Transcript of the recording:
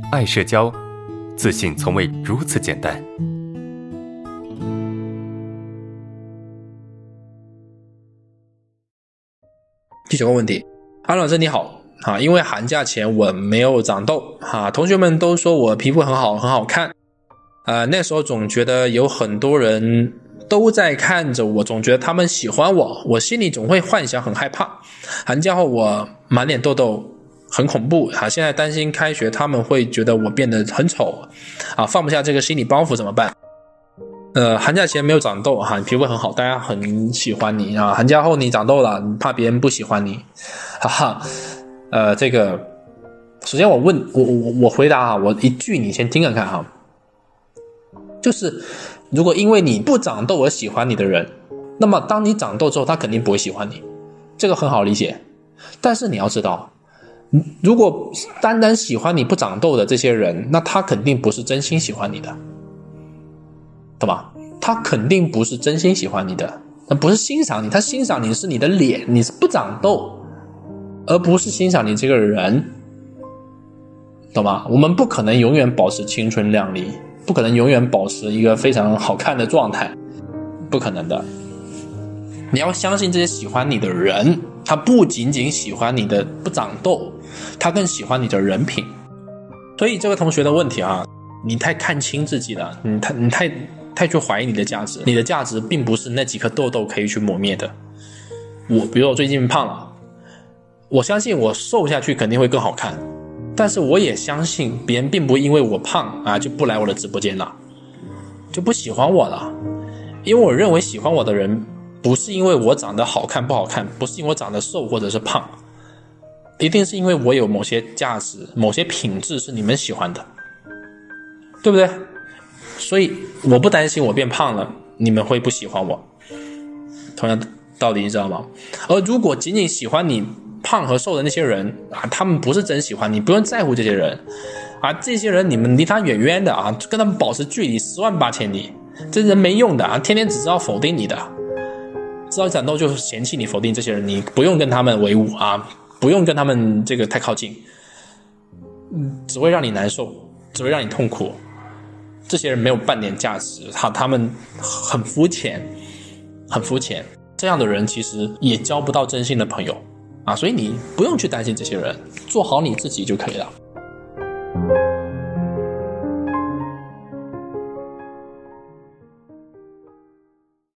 爱社交，自信从未如此简单。 第9个问题，阿老师你好因为寒假前我没有长痘同学们都说我皮肤很好很好看那时候总觉得有很多人都在看着我，总觉得他们喜欢我，我心里总会幻想很害怕。寒假后我满脸痘痘很恐怖现在担心开学他们会觉得我变得很丑放不下这个心理包袱怎么办？寒假前没有长痘皮肤很好，大家很喜欢你寒假后你长痘了，你怕别人不喜欢你这个首先我回答我一句你先听看看就是如果因为你不长痘而喜欢你的人，那么当你长痘之后他肯定不会喜欢你，这个很好理解。但是你要知道，如果单单喜欢你不长痘的这些人，那他肯定不是真心喜欢你的，懂吧？他肯定不是真心喜欢你的，那不是欣赏你，他欣赏你是你的脸，你是不长痘，而不是欣赏你这个人，懂吗？我们不可能永远保持青春靓丽，不可能永远保持一个非常好看的状态，不可能的。你要相信这些喜欢你的人，他不仅仅喜欢你的不长痘，他更喜欢你的人品。所以这个同学的问题你太看清自己了，你太去怀疑你的价值，你的价值并不是那几颗痘痘可以去磨灭的。比如我最近胖了，我相信我瘦下去肯定会更好看，但是我也相信别人并不因为我胖就不来我的直播间了，就不喜欢我了。因为我认为喜欢我的人不是因为我长得好看不好看，不是因为我长得瘦或者是胖，一定是因为我有某些价值某些品质是你们喜欢的，对不对？所以我不担心我变胖了你们会不喜欢我，同样道理你知道吗？而如果仅仅喜欢你胖和瘦的那些人他们不是真喜欢你，不用在乎这些人这些人你们离他远远的跟他们保持距离10万8千里，这人没用的天天只知道否定你的，知道长痘就嫌弃你否定这些人，你不用跟他们为伍不用跟他们这个太靠近，只会让你难受，只会让你痛苦。这些人没有半点价值他们很肤浅很肤浅，这样的人其实也交不到真心的朋友所以你不用去担心这些人，做好你自己就可以了。